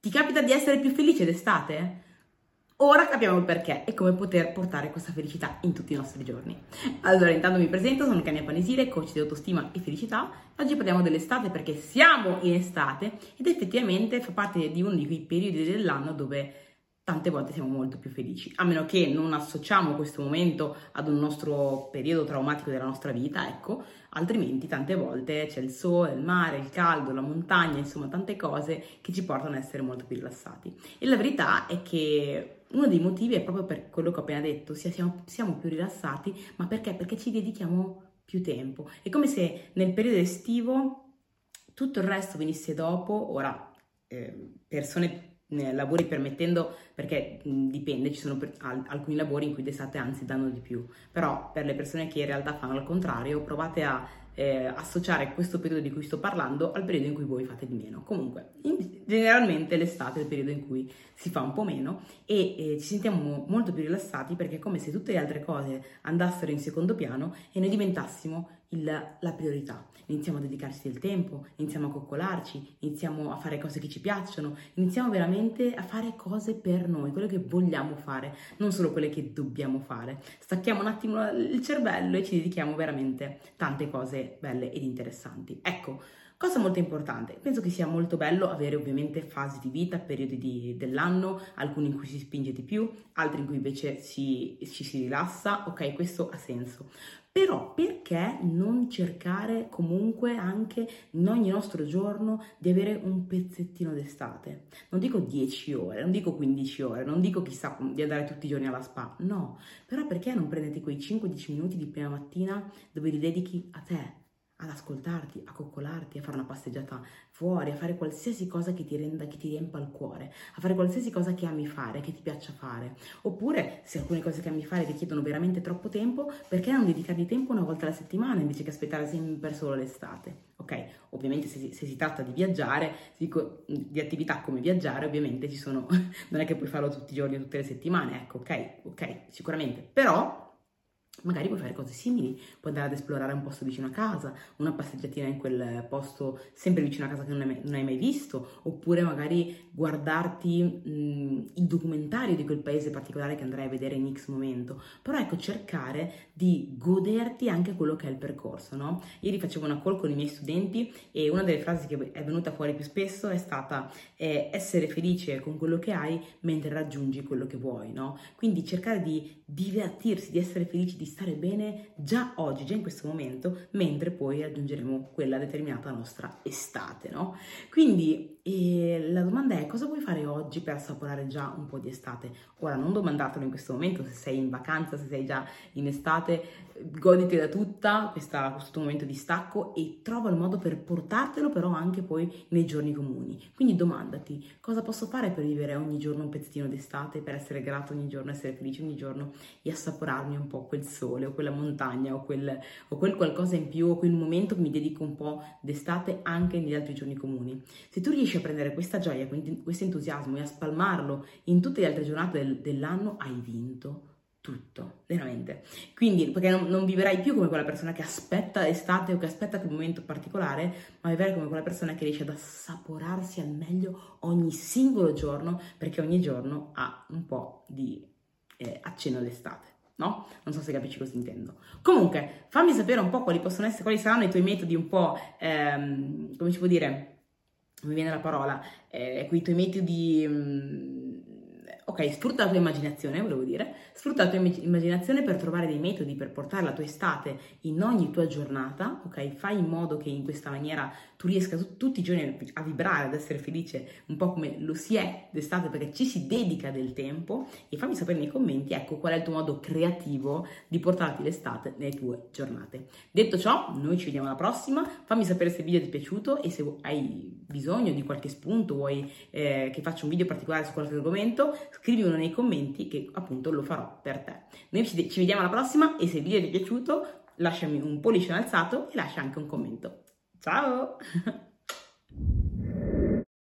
Ti capita di essere più felice d'estate? Ora capiamo il perché e come poter portare questa felicità in tutti i nostri giorni. Allora, intanto mi presento, sono Kania Panesile, coach di autostima e felicità. Oggi parliamo dell'estate perché siamo in estate ed effettivamente fa parte di uno di quei periodi dell'anno dove tante volte siamo molto più felici, a meno che non associamo questo momento ad un nostro periodo traumatico della nostra vita, ecco, altrimenti tante volte c'è il sole, il mare, il caldo, la montagna, insomma tante cose che ci portano ad essere molto più rilassati. E la verità è che uno dei motivi è proprio per quello che ho appena detto, siamo più rilassati, ma perché? Perché ci dedichiamo più tempo. È come se nel periodo estivo tutto il resto venisse dopo, ora persone lavori permettendo, perché dipende, ci sono alcuni lavori in cui d'estate anzi danno di più, però per le persone che in realtà fanno il contrario, provate a associare questo periodo di cui sto parlando al periodo in cui voi fate di meno. Comunque, generalmente l'estate è il periodo in cui si fa un po' meno e ci sentiamo molto più rilassati perché è come se tutte le altre cose andassero in secondo piano e noi diventassimo la priorità. Iniziamo a dedicarci del tempo, iniziamo a coccolarci, iniziamo a fare cose che ci piacciono, iniziamo veramente a fare cose per noi, quello che vogliamo fare, non solo quelle che dobbiamo fare. Stacchiamo un attimo il cervello e ci dedichiamo veramente tante cose belle ed interessanti. Ecco, cosa molto importante, penso che sia molto bello avere ovviamente fasi di vita, periodi dell'anno, alcuni in cui si spinge di più, altri in cui invece ci si rilassa, ok, questo ha senso. Però perché non cercare comunque anche in ogni nostro giorno di avere un pezzettino d'estate? Non dico 10 ore, non dico 15 ore, non dico chissà di andare tutti i giorni alla spa, no, però perché non prenderti quei 5-10 minuti di prima mattina dove li dedichi a te? Ad ascoltarti, a coccolarti, a fare una passeggiata fuori, a fare qualsiasi cosa che ti riempa il cuore, a fare qualsiasi cosa che ami fare, che ti piaccia fare. Oppure, se alcune cose che ami fare richiedono veramente troppo tempo, perché non dedicargli tempo una volta alla settimana invece che aspettare sempre solo l'estate? Ok, ovviamente se si tratta di viaggiare, di attività come viaggiare, ovviamente ci sono, non è che puoi farlo tutti i giorni, tutte le settimane, ecco, ok, sicuramente, però magari puoi fare cose simili, puoi andare ad esplorare un posto vicino a casa, una passeggiatina in quel posto sempre vicino a casa che non hai mai visto, oppure magari guardarti il documentario di quel paese particolare che andrai a vedere in X momento. Però ecco, cercare di goderti anche quello che è il percorso, no? Ieri facevo una call con i miei studenti e una delle frasi che è venuta fuori più spesso è stata essere felice con quello che hai mentre raggiungi quello che vuoi, no? Quindi cercare di divertirsi, di essere felici, di stare bene già oggi, già in questo momento, mentre poi raggiungeremo quella determinata nostra estate, no? Quindi la domanda è: cosa vuoi fare oggi per assaporare già un po' di estate? Ora, non domandatelo in questo momento, se sei in vacanza, se sei già in estate, goditi da tutta questo momento di stacco e trova il modo per portartelo però anche poi nei giorni comuni. Quindi domandati: cosa posso fare per vivere ogni giorno un pezzettino d'estate, per essere grato ogni giorno, essere felice ogni giorno e assaporarmi un po' quel sole o quella montagna o quel qualcosa in più o quel momento che mi dedico un po' d'estate anche negli altri giorni comuni. Se tu riesci a prendere questa gioia, questo entusiasmo e a spalmarlo in tutte le altre giornate dell'anno, hai vinto tutto, veramente. Quindi, perché non vivrai più come quella persona che aspetta l'estate o che aspetta quel momento particolare, ma vivrai come quella persona che riesce ad assaporarsi al meglio ogni singolo giorno, perché ogni giorno ha un po' di accenno all'estate. No? Non so se capisci cosa intendo. Comunque, fammi sapere un po' quali saranno i tuoi metodi un po', come si può dire, non mi viene la parola, quei tuoi metodi. Ok, sfrutta la tua immaginazione, volevo dire, sfrutta la tua immaginazione per trovare dei metodi per portare la tua estate in ogni tua giornata, ok? Fai in modo che in questa maniera tu riesca tutti i giorni a vibrare, ad essere felice, un po' come lo si è d'estate perché ci si dedica del tempo, e fammi sapere nei commenti, ecco, qual è il tuo modo creativo di portarti l'estate nelle tue giornate. Detto ciò, noi ci vediamo alla prossima, fammi sapere se il video ti è piaciuto e se hai bisogno di qualche spunto, vuoi che faccia un video particolare su qualche argomento, scrivimelo nei commenti che appunto lo farò per te. Noi ci vediamo alla prossima e se il video ti è piaciuto lasciami un pollice in alzato e lascia anche un commento. Ciao!